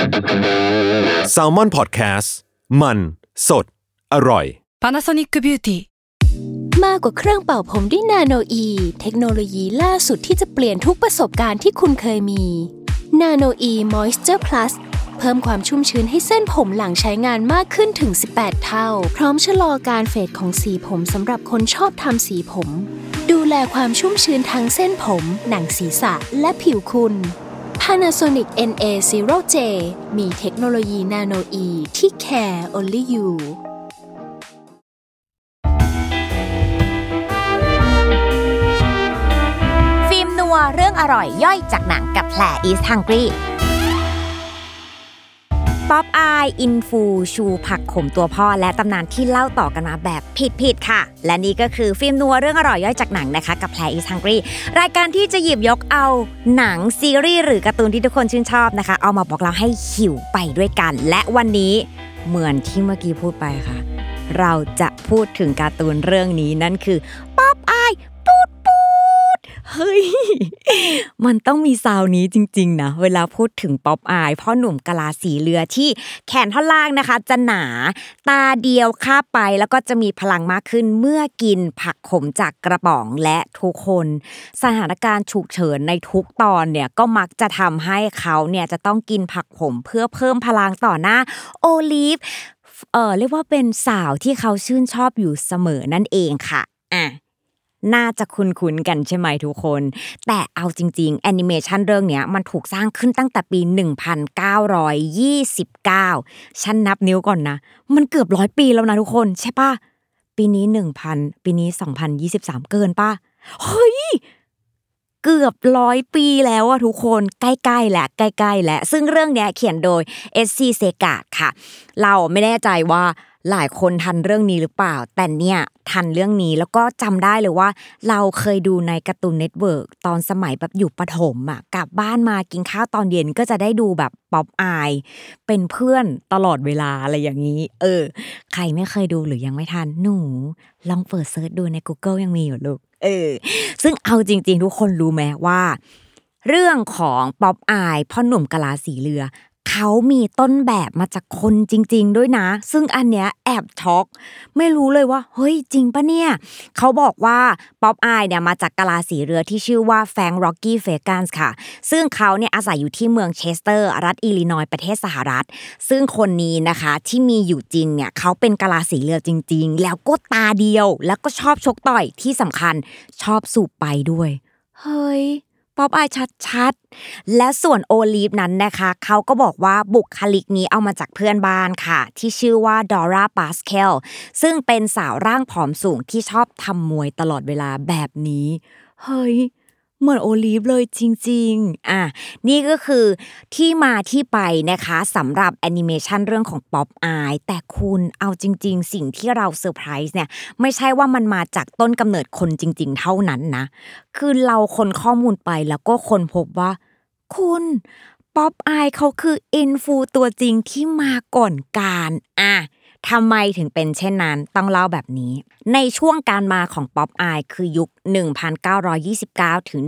Salmon Podcast มันสดอร่อย Panasonic Beauty มากกว่าเครื่องเป่าผมด้วยนาโนอีเทคโนโลยีล่าสุดที่จะเปลี่ยนทุกประสบการณ์ที่คุณเคยมีนาโนอีมอยส์เจอร์พลัสเพิ่มความชุ่มชื้นให้เส้นผมหลังใช้งานมากขึ้นถึง18เท่าพร้อมชะลอการเฟดของสีผมสำหรับคนชอบทำสีผมดูแลความชุ่มชื้นทั้งเส้นผมหนังศีรษะและผิวคุณ Panasonic NA0J มีเทคโนโลยีนาโนอีที่ care only you ฟิล์มนัวเรื่องอร่อยย่อยจากหนังกับแผล Is Hungry ป๊อปอายอินฟูชูผักขมตัวพ่อและตำนานที่เล่าต่อกันมาแบบผิดๆค่ะและนี่ก็คือฟิล์มนัวเรื่องอร่อยย่อยจากหนังนะคะกับแผล Is Hungry รายการที่จะหยิบยกเอาหนังซีรีส์หรือการ์ตูนที่ทุกคนชื่นชอบนะคะเอามาบอกเราให้หิวไปด้วยกันและวันนี้เหมือนที่เมื่อกี้พูดไปค่ะเราจะพูดถึงการ์ตูนเรื่องนี้นั่นคือป๊อปอายเฮ้ยมันต้องมีซาวนี้จริงๆนะเวลาพูดถึงป๊อปอายพ่อหนุ่มกะลาสีเรือที่แขนท่อนล่างนะคะจะหนาตาเดียวคาบไปแล้วก็จะมีพลังมากขึ้นเมื่อกินผักขมจากกระป๋องและทุกคนสถานการณ์ฉุกเฉินในทุกตอนเนี่ยก็มักจะทำให้เขาเนี่ยจะต้องกินผักขมเพื่อเพิ่มพลังต่อหน้าโอลีฟเรียกว่าเป็นสาวที่เขาชื่นชอบอยู่เสมอนั่นเองค่ะน่าจะคุ้นๆกันใช่ไหมทุกคนแต่เอาจริงๆแอนิเมชันเรื่องเนี้ยมันถูกสร้างขึ้นตั้งแต่ปี1929ฉันนับนิ้วก่อนนะมันเกือบ100ปีแล้วนะทุกคนใช่ป่ะปีนี้1000ปีนี้2023เกินป่ะเฮ้ยเกือบ100ปีแล้วอะทุกคนใกล้ๆแล้วซึ่งเรื่องเนี้ยเขียนโดย SC เซกาดค่ะเราไม่แน่ใจว่าหลายคนทันเรื่องนี้หรือเปล่าแต่เนี่ยทันเรื่องนี้แล้วก็จำได้เลยว่าเราเคยดูในการ์ตูนเน็ตเวิร์คตอนสมัยแบบอยู่ประถมอ่ะกลับบ้านมากินข้าวตอนเย็นก็จะได้ดูแบบป๊อปอายเป็นเพื่อนตลอดเวลาอะไรอย่างนี้ใครไม่เคยดูหรือยังไม่ทันหนูลองเปิดเสิร์ชดูใน Google ยังมีอยู่ลูกซึ่งเอาจริงๆทุกคนรู้ไหมว่าเรื่องของป๊อปอายพ่อหนุ่มกะลาสีเรือเขามีต้นแบบมาจากคนจริงๆด้วยนะซึ่งอันเนี้ยแอบช็อกไม่รู้เลยว่าเฮ้ยจริงปะเนี่ยเขาบอกว่าป๊อปอายเนี่ยมาจากกะลาสีเรือที่ชื่อว่าแฟรงค์ ร็อกกี้ เฟกันส์ค่ะซึ่งเขาเนี่ยอาศัยอยู่ที่เมืองเชสเตอร์รัฐอิลลินอยส์ประเทศสหรัฐซึ่งคนนี้นะคะที่มีอยู่จริงเนี่ยเขาเป็นกะลาสีเรือจริงๆแล้วก็ตาเดียวแล้วก็ชอบชกต่อยที่สำคัญชอบสูบไปด้วยเฮ้ยป๊อปอายชัดๆและส่วนโอลีฟนั้นนะคะเขาก็บอกว่าบุคลิกนี้เอามาจากเพื่อนบ้านค่ะที่ชื่อว่าดอร่า ปาสเคลซึ่งเป็นสาวร่างผอมสูงที่ชอบทำมวยตลอดเวลาแบบนี้เฮ้ยเหมือนโอลีฟเลยจริงๆนี่ก็คือที่มาที่ไปนะคะสำหรับแอนิเมชันเรื่องของป๊อปอายแต่คุณเอาจริงๆสิ่งที่เราเซอร์ไพรส์เนี่ยไม่ใช่ว่ามันมาจากต้นกำเนิดคนจริงๆเท่านั้นนะคือเราค้นข้อมูลไปแล้วก็ค้นพบว่าคุณป๊อปอายเขาคืออินฟูตัวจริงที่มาก่อนการทำไมถึงเป็นเช่นนั้นต้องเล่าแบบนี้ในช่วงการมาของป๊อปอายคือยุค1929ถึง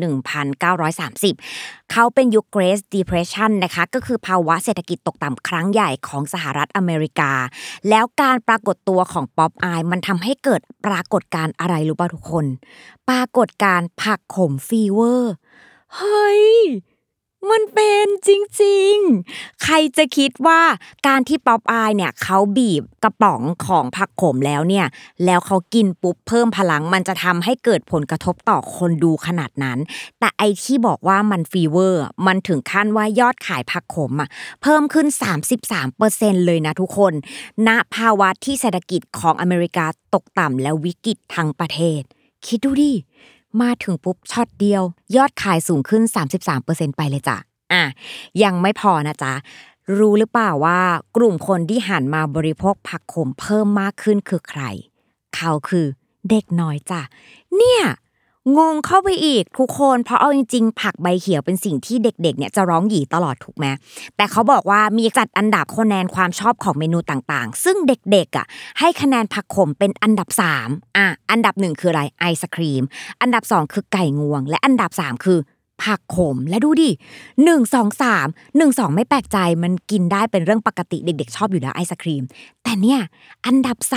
1930เขาเป็นยุค Great Depression นะคะก็คือภาวะเศรษฐกิจตกต่ำครั้งใหญ่ของสหรัฐอเมริกาแล้วการปรากฏตัวของป๊อปอายมันทำให้เกิดปรากฏการณ์อะไรรู้ป่ะทุกคนปรากฏการณ์ผักขมฟีเวอร์เฮ้ยมันเป็นจริงๆใครจะคิดว่าการที่ป๊อปอายเนี่ยเขาบีบกระป๋องของผักขมแล้วเนี่ยแล้วเขากินปุ๊บเพิ่มพลังมันจะทำให้เกิดผลกระทบต่อคนดูขนาดนั้นแต่ไอที่บอกว่ามันฟีเวอร์มันถึงขั้นว่ายอดขายผักขมเพิ่มขึ้น 33% เลยนะทุกคนณภาวะที่เศรษฐกิจของอเมริกาตกต่ำและวิกฤตทั้งประเทศคิดดูดิมาถึงปุ๊บช็อตเดียวยอดขายสูงขึ้น 33% ไปเลยจ้ะยังไม่พอนะจ๊ะรู้หรือเปล่าว่ากลุ่มคนที่หันมาบริโภคผักขมเพิ่มมากขึ้นคือใครเขาคือเด็กน้อยจ้ะเนี่ย งงเข้าไปอีกทุกคนเพราะเอาจริงๆผักใบเขียวเป็นสิ่งที่เด็กๆเนี่ยจะร้องหยีตลอดถูกไหมแต่เขาบอกว่ามีจัดอันดับคะแนนความชอบของเมนูต่างๆซึ่งเด็กๆอ่ะให้คะแนนผักขมเป็นอันดับ3อันดับ1คืออะไรไอศกรีมอันดับ2คือไก่งวงและอันดับ3คือผักขมและดูดิ1 2 3 1 2ไม่แปลกใจมันกินได้เป็นเรื่องปกติเด็กๆชอบอยู่แล้วไอศกรีมแต่เนี่ยอันดับ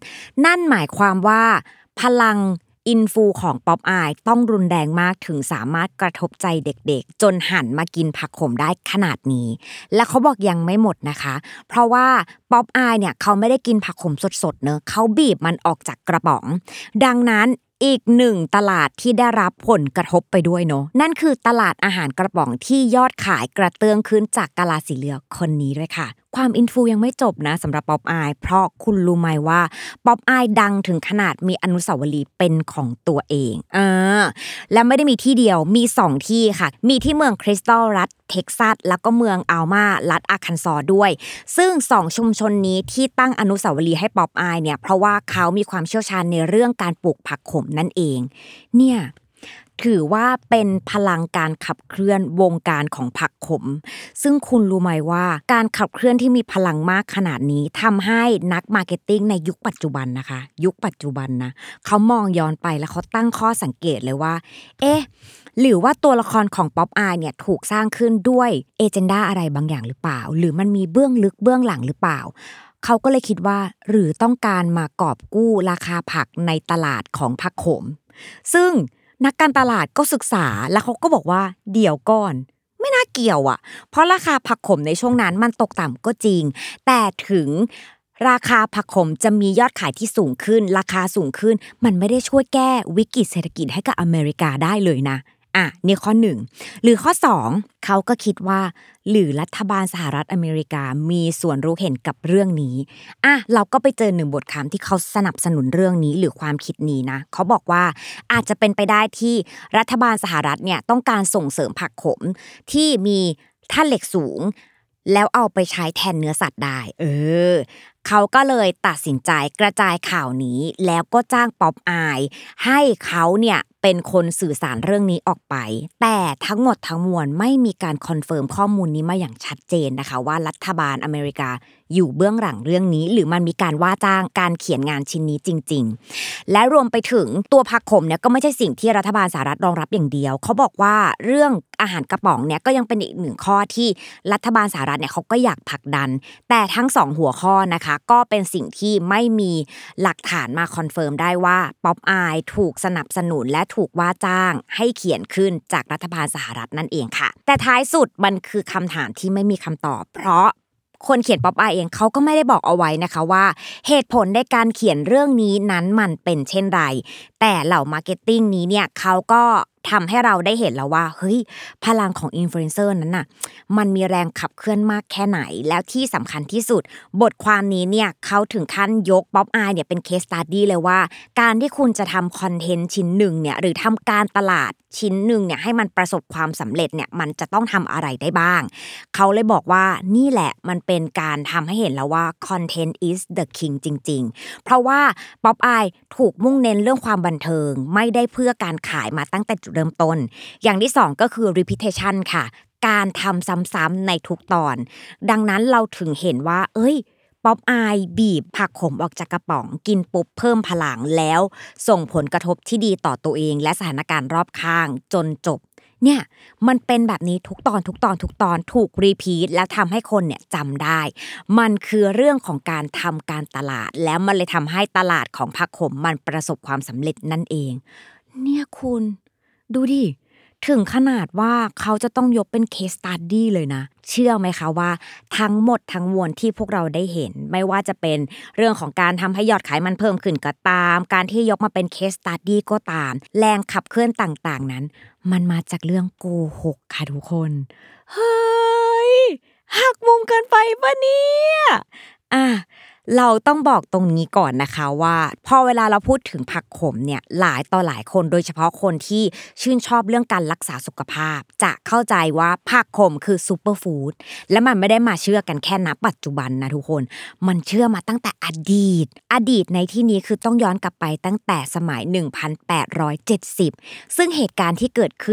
3นั่นหมายความว่าพลังอินฟูของป๊อปอายต้องรุนแรงมากถึงสามารถกระทบใจเด็กๆจนหันมากินผักขมได้ขนาดนี้และเขาบอกยังไม่หมดนะคะเพราะว่าป๊อปอายเนี่ยเขาไม่ได้กินผักขมสดๆเนอะเขาบีบมันออกจากกระป๋องดังนั้นอีก1ตลาดที่ได้รับผลกระทบไปด้วยเนอะนั่นคือตลาดอาหารกระป๋องที่ยอดขายกระเตื้องขึ้นจากกะลาสีเหลืองคนนี้ด้วยค่ะความอินฟูยังไม่จบนะสำหรับป๊อปอายเพราะคุณรู้ไหมว่าป๊อปอายดังถึงขนาดมีอนุสาวรีย์เป็นของตัวเองและไม่ได้มีที่เดียวมี2ที่ค่ะมีที่เมืองคริสตัลรัฐเท็กซัสแล้วก็เมืองอัลมารัฐอาร์คันซอสด้วยซึ่ง2ชุมชนนี้ที่ตั้งอนุสาวรีย์ให้ป๊อปอายเนี่ยเพราะว่าเขามีความเชี่ยวชาญในเรื่องการปลูกผักขมนั่นเองเนี่ยถือว่าเป็นพลังการขับเคลื่อนวงการของผักขมซึ่งคุณรู้ไหมว่าการขับเคลื่อนที่มีพลังมากขนาดนี้ทำให้นักมาร์เก็ตติ้งในยุคปัจจุบันนะคะยุคปัจจุบันนะเขามองย้อนไปแล้วเขาตั้งข้อสังเกตเลยว่าหรือว่าตัวละครของป๊อปอายเนี่ยถูกสร้างขึ้นด้วยเอเจนดาอะไรบางอย่างหรือเปล่าหรือมันมีเบื้องลึกเบื้องหลังหรือเปล่าเขาก็เลยคิดว่าหรือต้องการมากอบกู้ราคาผักในตลาดของผักขมซึ่งนักการตลาดก็ศึกษาแล้วเขาก็บอกว่าเดี๋ยวก่อนไม่น่าเกี่ยวอ่ะเพราะราคาผักขมในช่วงนั้นมันตกต่ำก็จริงแต่ถึงราคาผักขมจะมียอดขายที่สูงขึ้นราคาสูงขึ้นมันไม่ได้ช่วยแก้วิกฤตเศรษฐกิจให้กับอเมริกาได้เลยนะนี่ข้อ1หรือข้อ2เขาก็คิดว่าหรือรัฐบาลสหรัฐอเมริกามีส่วนรู้เห็นกับเรื่องนี้เราก็ไปเจอ1บทความที่เขาสนับสนุนเรื่องนี้หรือความคิดนี้นะเขาบอกว่าอาจจะเป็นไปได้ที่รัฐบาลสหรัฐเนี่ยต้องการส่งเสริมผักขมที่มีธาตุเหล็กสูงแล้วเอาไปใช้แทนเนื้อสัตว์ได้เขาก็เลยตัดสินใจกระจายข่าวนี้แล้วก็จ้างป๊อปอายให้เขาเนี่ยเป็นคนสื่อสารเรื่องนี้ออกไปแต่ทั้งหมดทั้งมวลไม่มีการคอนเฟิร์มข้อมูลนี้มาอย่างชัดเจนนะคะว่ารัฐบาลอเมริกาอยู่เบื้องหลังเรื่องนี้หรือมันมีการว่าจ้างการเขียนงานชิ้นนี้จริงๆและรวมไปถึงตัวผักขมเนี่ยก็ไม่ใช่สิ่งที่รัฐบาลสหรัฐรองรับอย่างเดียวเขาบอกว่าเรื่องอาหารกระป๋องเนี่ยก็ยังเป็นอีก1ข้อที่รัฐบาลสหรัฐเนี่ยเขาก็อยากผลักดันแต่ทั้ง2หัวข้อนะคะก็เป็นสิ่งที่ไม่มีหลักฐานมาคอนเฟิร์มได้ว่าป๊อปอายถูกสนับสนุนและถูกว่าจ้างให้เขียนขึ้นจากรัฐบาลสหรัฐนั่นเองค่ะแต่ท้ายสุดมันคือคำถามที่ไม่มีคำตอบเพราะคนเขียนป๊อปอายเองเขาก็ไม่ได้บอกเอาไว้นะคะว่าเหตุผลในการเขียนเรื่องนี้นั้นมันเป็นเช่นไรแต่เหล่ามาร์เก็ตติ้งนี้เนี่ยเขาก็ทำให้เราได้เห็นแล้วว่าเฮ้ยพลังของอินฟลูเอนเซอร์นั้นน่ะมันมีแรงขับเคลื่อนมากแค่ไหนแล้วที่สำคัญที่สุดบทความนี้เนี่ยเขาถึงขั้นยกป๊อปอายเนี่ยเป็นเคสสตั๊ดดี้เลยว่าการที่คุณจะทำคอนเทนต์ชิ้นหนึ่งเนี่ยหรือทำการตลาดชิ้นหนึ่งเนี่ยให้มันประสบความสำเร็จเนี่ยมันจะต้องทำอะไรได้บ้างเขาเลยบอกว่านี่แหละมันเป็นการทำให้เห็นแล้วว่า content is the king จริงๆเพราะว่าป๊อปอายถูกมุ่งเน้นเรื่องความบันเทิงไม่ได้เพื่อการขายมาตั้งแต่จุดเริ่มต้นอย่างที่2ก็คือ repetition ค่ะการทำซ้ำๆในทุกตอนดังนั้นเราถึงเห็นว่าป๊อปอายบีบผักขมออกจากกระป๋องกินปุ๊บเพิ่มพลังแล้วส่งผลกระทบที่ดีต่อตัวเองและสถานการณ์รอบข้างจนจบเนี่ยมันเป็นแบบนี้ทุกตอนถูกรีพีทแล้วทำให้คนเนี่ยจำได้มันคือเรื่องของการทำการตลาดแล้วมันเลยทำให้ตลาดของผักขมมันประสบความสำเร็จนั่นเองเนี่ยคุณดูดิถึงขนาดว่าเขาจะต้องยกเป็น case study เลยนะเชื่อไหมคะว่าทั้งหมดทั้งมวลที่พวกเราได้เห็นไม่ว่าจะเป็นเรื่องของการทำให้ยอดขายมันเพิ่มขึ้นก็ตามการที่ยกมาเป็น case study ก็ตามแรงขับเคลื่อนต่างๆนั้นมันมาจากเรื่องโกหกค่ะทุกคนเฮ้ยหักมุมเกินไปปะเนี่ยเราต้องบอกตรงนี้ก่อนนะคะว่าพอเวลาเราพูดถึงผักขมเนี่ยหลายต่อหลายคนโดยเฉพาะคนที่ชื่นชอบเรื่องการรักษาสุขภาพจะเข้าใจว่าผักขมคือซูเปอร์ฟู้ดและมันไม่ได้มาเชื่อกันแค่ณปัจจุบันนะทุกคนมันเชื่อมาตั้งแต่อดีตในที่นี้คือต้องย้อนกลับไปตั้งแต่สมัย1870ซึ่งเหตุการณ์ที่เกิดขึ้นเนี่ย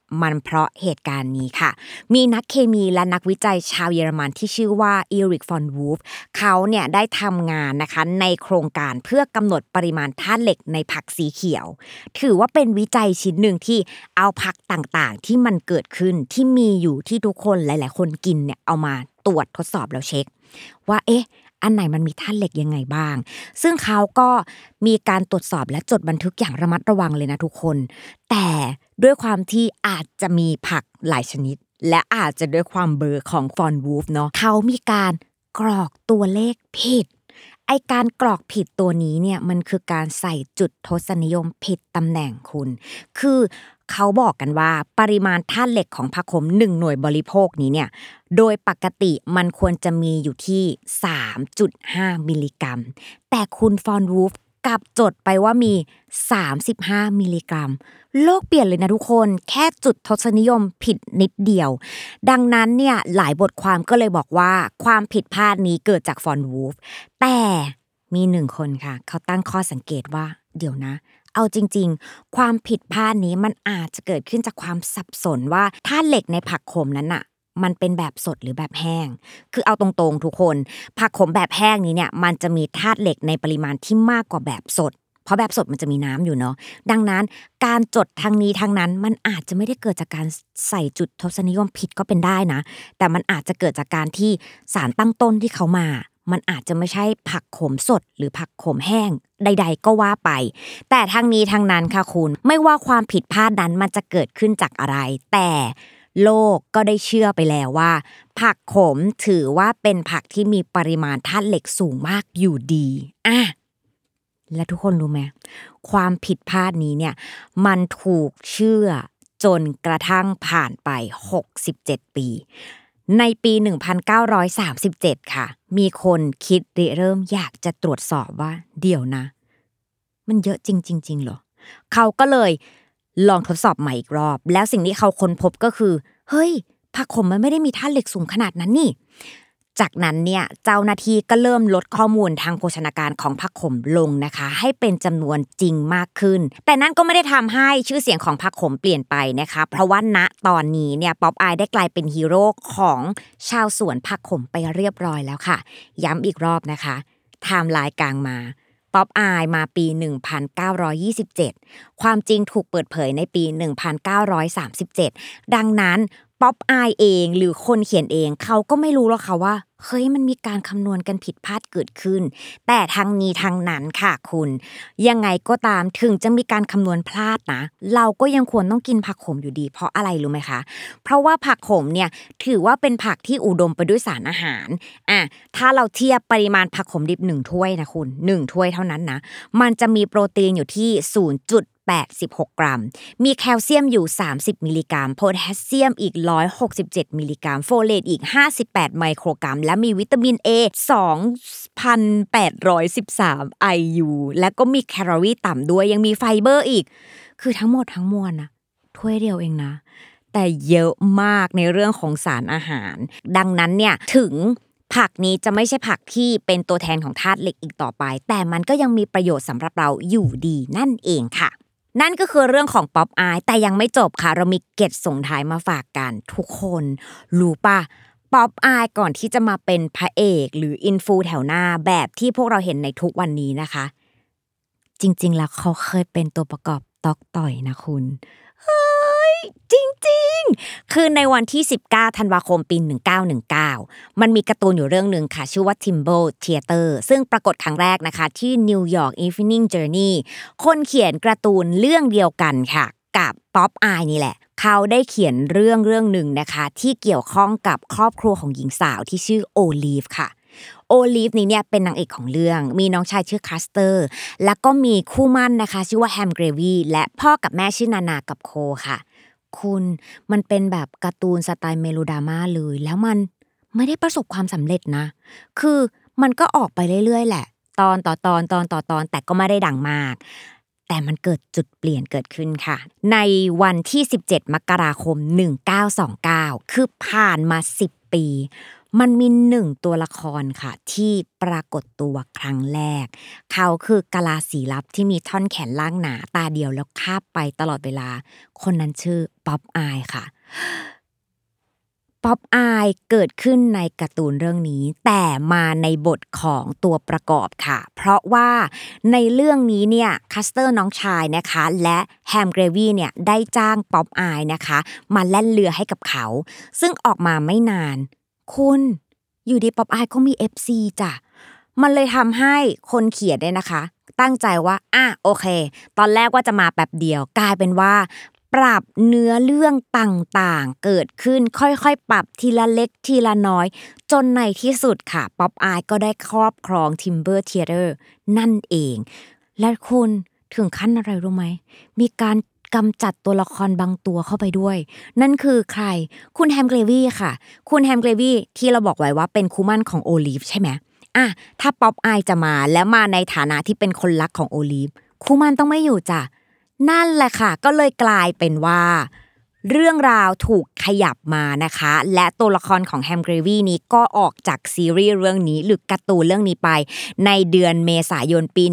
มันเพราะเหตุการณ์นี้ค่ะมีนักเคมีและนักวิจัยชาวเยอรมันที่ชื่อว่าอีริกฟอนวูฟเขาเนี่ยได้ทำงานนะคะในโครงการเพื่อกำหนดปริมาณธาตุเหล็กในผักสีเขียวถือว่าเป็นวิจัยชิ้นหนึ่งที่เอาผักต่างๆที่มันเกิดขึ้นที่มีอยู่ที่ทุกคนหลายๆคนกินเนี่ยเอามาตรวจทดสอบแล้วเช็คว่าอันไหนมันมีธาตุเหล็กยังไงบ้างซึ่งเขาก็มีการตรวจสอบและจดบันทึกอย่างระมัดระวังเลยนะทุกคนแต่ด้วยความที่อาจจะมีผักหลายชนิดและอาจจะด้วยความเบอร์ของฟอนวูฟเนาะเขามีการกรอกตัวเลขผิดไอการกรอกผิดตัวนี้เนี่ยมันคือการใส่จุดทศนิยมผิดตำแหน่งคุณคือเขาบอกกันว่าปริมาณธาตุเหล็กของผักขม1หน่วยบริโภคนี้เนี่ยโดยปกติมันควรจะมีอยู่ที่ 3.5 มิลลิกรัมแต่คุณฟอนวูฟกลับจดไปว่ามี35มิลลิกรัมโลกเปลี่ยนเลยนะทุกคนแค่จุดทศนิยมผิดนิดเดียวดังนั้นเนี่ยหลายบทความก็เลยบอกว่าความผิดพลาดนี้เกิดจากฟอนวูฟแต่มี1คนค่ะเขาตั้งข้อสังเกตว่าเดี๋ยวนะเอาจริงๆความผิดพลาดนี้มันอาจจะเกิดขึ้นจากความสับสนว่าธาตุเหล็กในผักขมนั้นน่ะมันเป็นแบบสดหรือแบบแห้งคือเอาตรงๆทุกคนผักขมแบบแห้งนี้เนี่ยมันจะมีธาตุเหล็กในปริมาณที่มากกว่าแบบสดเพราะแบบสดมันจะมีน้ำอยู่เนาะดังนั้นการจดทางนี้ทางนั้นมันอาจจะไม่ได้เกิดจากการใส่จุดทศนิยมผิดก็เป็นได้นะแต่มันอาจจะเกิดจากการที่สารตั้งต้นที่เขามามันอาจจะไม่ใช่ผักขมสดหรือผักขมแห้งใดๆก็ว่าไปแต่ทางนี้ทางนั้นค่ะคุณไม่ว่าความผิดพลาดนั้นมันจะเกิดขึ้นจากอะไรแต่โลกก็ได้เชื่อไปแล้วว่าผักขมถือว่าเป็นผักที่มีปริมาณธาตุเหล็กสูงมากอยู่ดีและทุกคนรู้ไหมความผิดพลาดนี้เนี่ยมันถูกเชื่อจนกระทั่งผ่านไป67ปีในปี1937ค่ะมีคนคิดเริ่มอยากจะตรวจสอบว่าเดี๋ยวนะมันเยอะจริงๆเหรอเขาก็เลยลองทดสอบใหม่อีกรอบแล้วสิ่งที่เขาค้นพบก็คือเฮ้ยผักขมมันไม่ได้มีธาตุเหล็กสูงขนาดนั้นนี่จากนั้นเนี่ยเจ้าหน้าที่ก็เริ่มลดข้อมูลทางโภชนาการของผักขมลงนะคะให้เป็นจำนวนจริงมากขึ้นแต่นั่นก็ไม่ได้ทำให้ชื่อเสียงของผักขมเปลี่ยนไปนะคะเพราะว่าณตอนนี้เนี่ยป๊อปอายได้กลายเป็นฮีโร่ของชาวสวนผักขมไปเรียบร้อยแล้วค่ะย้ำอีกรอบนะคะไทม์ไลน์กลางมาป๊อปอายมาปี1927ความจริงถูกเปิดเผยในปี1937ดังนั้นป๊อปอายเองหรือคนเขียนเองเขาก็ไม่รู้หรอกค่ะว่าเฮ้ยมันมีการคำนวณกันผิดพลาดเกิดขึ้นแต่ทั้งนี้ทั้งนั้นค่ะคุณยังไงก็ตามถึงจะมีการคำนวณพลาดนะเราก็ยังควรต้องกินผักขมอยู่ดีเพราะอะไรรู้ไหมคะเพราะว่าผักขมเนี่ยถือว่าเป็นผักที่อุดมไปด้วยสารอาหารถ้าเราเทียบปริมาณผักขมดิบ1ถ้วยนะคุณ1ถ้วยเท่านั้นนะมันจะมีโปรตีนอยู่ที่86 กรัมมีแคลเซียมอยู่30มิลลิกรัมโพแทสเซียมอีก167มิลลิกรัมโฟเลตอีก58ไมโครกรัมและมีวิตามิน A 2,813 IU และก็มีแคลอรี่ต่ำด้วยยังมีไฟเบอร์อีกคือทั้งหมดทั้งมวลนะถ้วยเดียวเองนะแต่เยอะมากในเรื่องของสารอาหารดังนั้นเนี่ยถึงผักนี้จะไม่ใช่ผักที่เป็นตัวแทนของธาตุเหล็กอีกต่อไปแต่มันก็ยังมีประโยชน์สำหรับเราอยู่ดีนั่นเองค่ะนั่นก็คือเรื่องของป๊อปอายแต่ยังไม่จบค่ะเรามีเกร็ดส่งท้ายมาฝากกันทุกคนรู้ป่ะป๊อปอายก่อนที่จะมาเป็นพระเอกหรืออินฟูแถวหน้าแบบที่พวกเราเห็นในทุกวันนี้นะคะจริงๆแล้วเขาเคยเป็นตัวประกอบต๊อกต่อยนะคุณเฮ้ยจริงๆคือในวันที่19ธันวาคมปี1919มันมีการ์ตูนอยู่เรื่องนึงค่ะชื่อว่า Timbo Theater ซึ่งปรากฏครั้งแรกนะคะที่ New York Evening Journey คนเขียนการ์ตูนเรื่องเดียวกันค่ะกับป๊อปอายนี่แหละเขาได้เขียนเรื่องนึงนะคะที่เกี่ยวข้องกับครอบครัวของหญิงสาวที่ชื่อโอลีฟค่ะโอลีฟนี่เนี่ยเป็นนางเอกของเรื่องมีน้องชายชื่อคัสเตอร์แล้วก็มีคู่มั่นนะคะชื่อว่าแฮมเกรวีและพ่อกับแม่ชื่อนานากับโคค่ะคุณมันเป็นแบบการ์ตูนสไตล์เมโลดราม่าเลยแล้วมันไม่ได้ประสบความสำเร็จนะคือมันก็ออกไปเรื่อยๆแหละตอนต่อตอนแต่ก็ไม่ได้ดังมากแต่มันเกิดจุดเปลี่ยนเกิดขึ้นค่ะในวันที่17มกราคม1929คือผ่านมา10ปีมันมี1ตัวละครค่ะที่ปรากฏตัวครั้งแรกเขาคือกะลาสีลับที่มีท่อนแขนล่างหนาตาเดียวแล้วคาบไปตลอดเวลาคนนั้นชื่อป๊อปอายค่ะป๊อปอายเกิดขึ้นในการ์ตูนเรื่องนี้แต่มาในบทของตัวประกอบค่ะเพราะว่าในเรื่องนี้เนี่ยคัสเตอร์น้องชายนะคะและแฮมเกรวี่เนี่ยได้จ้างป๊อปอายนะคะมาแล่นเรือให้กับเขาซึ่งออกมาไม่นานคุณอยู่ดีป๊อปอายก็มี FC จ้ะมันเลยทำให้คนเขียนเนี่ยนะคะตั้งใจว่าโอเคตอนแรกว่าจะมาแป๊บเดียวกลายเป็นว่าปรับเนื้อเรื่องต่างๆเกิดขึ้นค่อยๆปรับทีละเล็กทีละน้อยจนในที่สุดค่ะป๊อปอายก็ได้ครอบครอง Timber Theater นั่นเองและคุณถึงขั้นอะไรรู้ไหมมีการกำจัดตัวละครบางตัวเข้าไปด้วยนั่นคือใครคุณแฮมเกรวี่ค่ะคุณแฮมเกรวี่ที่เราบอกไว้ว่าเป็นคู่หมั่นของโอลิฟใช่ไหมถ้าป๊อปอายจะมาแล้วมาในฐานะที่เป็นคนรักของโอลิฟคู่หมั่นต้องไม่อยู่จ้ะนั่นแหละค่ะก็เลยกลายเป็นว่าเรื่องราวถูกขยับมานะคะและตัวละครของแฮมเกรวี่นี้ก็ออกจากซีรีส์เรื่องนี้หรือการ์ตูนเรื่องนี้ไปในเดือนเมษายนปี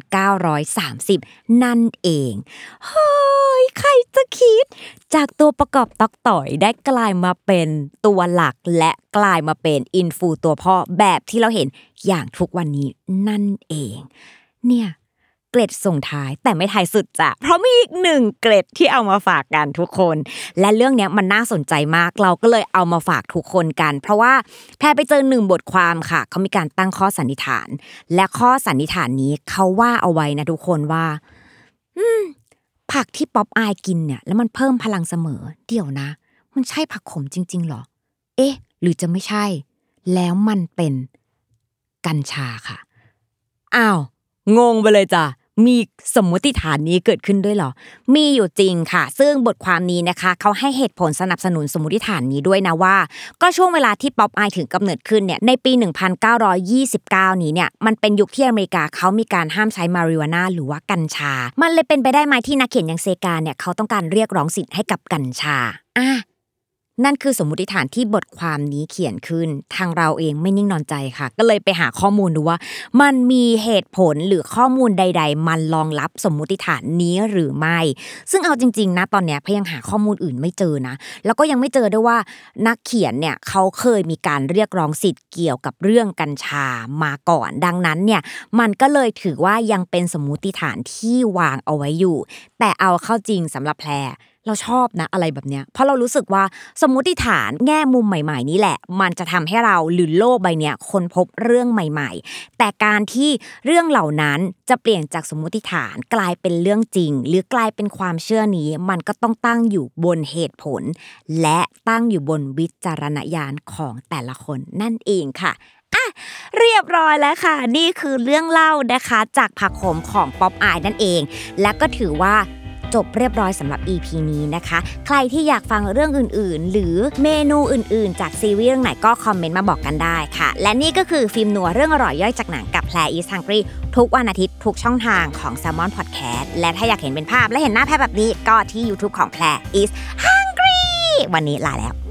1930นั่นเองเฮ้ยใครจะคิดจากตัวประกอบตอกต่อยได้กลายมาเป็นตัวหลักและกลายมาเป็นอินฟูตัวพ่อแบบที่เราเห็นอย่างทุกวันนี้นั่นเองเนี่ยเกร็ดส่งท้ายแต่ไม่ท้ายสุดจ้ะเพราะมีอีก1เกร็ดที่เอามาฝากกันทุกคนและเรื่องนี้มันน่าสนใจมากเราก็เลยเอามาฝากทุกคนกันเพราะว่าแพรไปเจอ1บทความค่ะเขามีการตั้งข้อสันนิษฐานและข้อสันนิษฐานนี้เขาว่าเอาไว้นะทุกคนว่าผักที่ป๊อปอายกินเนี่ยแล้วมันเพิ่มพลังเสมอเดี๋ยวนะมันใช่ผักขมจริงๆหรอหรือจะไม่ใช่แล้วมันเป็นกัญชาค่ะงงไปเลยจ้ะมีสมมติฐานนี้เกิดขึ้นด้วยเหรอมีอยู่จริงค่ะซึ่งบทความนี้นะคะเขาให้เหตุผลสนับสนุนสมมติฐานนี้ด้วยนะว่าก็ช่วงเวลาที่ป๊อปอายถึงกำเนิดขึ้นเนี่ยในปี1929นี้เนี่ยมันเป็นยุคที่อเมริกาเขามีการห้ามใช้มาริวาน่าหรือว่ากัญชามันเลยเป็นไปได้ไหมที่นักเขียนอย่างเซกาเนี่ยเขาต้องการเรียกร้องสิทธิ์ให้กับกัญชานั่นคือสมมุติฐานที่บทความนี้เขียนขึ้นทางเราเองไม่นิ่งนอนใจค่ะก็เลยไปหาข้อมูลดูว่ามันมีเหตุผลหรือข้อมูลใดๆมันรองรับสมมุติฐานนี้หรือไม่ซึ่งเอาจริงๆนะตอนเนี้ยพยังหาข้อมูลอื่นไม่เจอนะแล้วก็ยังไม่เจอด้วยว่านักเขียนเนี่ยเขาเคยมีการเรียกร้องสิทธิ์เกี่ยวกับเรื่องกัญชามาก่อนดังนั้นเนี่ยมันก็เลยถือว่ายังเป็นสมมุติฐานที่วางเอาไว้อยู่แต่เอาเข้าจริงสำหรับแพรเราชอบนะอะไรแบบเนี้ยเพราะเรารู้สึกว่าสมมุติฐานแง่มุมใหม่ๆนี้แหละมันจะทำให้เราหรือโลกใบเนี้ยค้นพบเรื่องใหม่ๆแต่การที่เรื่องเหล่านั้นจะเปลี่ยนจากสมมุติฐานกลายเป็นเรื่องจริงหรือกลายเป็นความเชื่อนี้มันก็ต้องตั้งอยู่บนเหตุผลและตั้งอยู่บนวิจารณญาณของแต่ละคนนั่นเองค่ะเรียบร้อยแล้วค่ะนี่คือเรื่องเล่านะคะจากผักโขมของป๊อปอายนั่นเองและก็ถือว่าจบเรียบร้อยสำหรับ EP นี้นะคะใครที่อยากฟังเรื่องอื่นๆหรือเมนูอื่นๆจากซีรีส์เรื่องไหนก็คอมเมนต์มาบอกกันได้ค่ะและนี่ก็คือฟิล์มนัวเรื่องอร่อยย่อยจากหนังกับแพร is hungry ทุกวันอาทิตย์ทุกช่องทางของ Salmon Podcast และถ้าอยากเห็นเป็นภาพและเห็นหน้าแพรแบบนี้ก็ที่ YouTube ของแพร is hungry วันนี้ลาแล้ว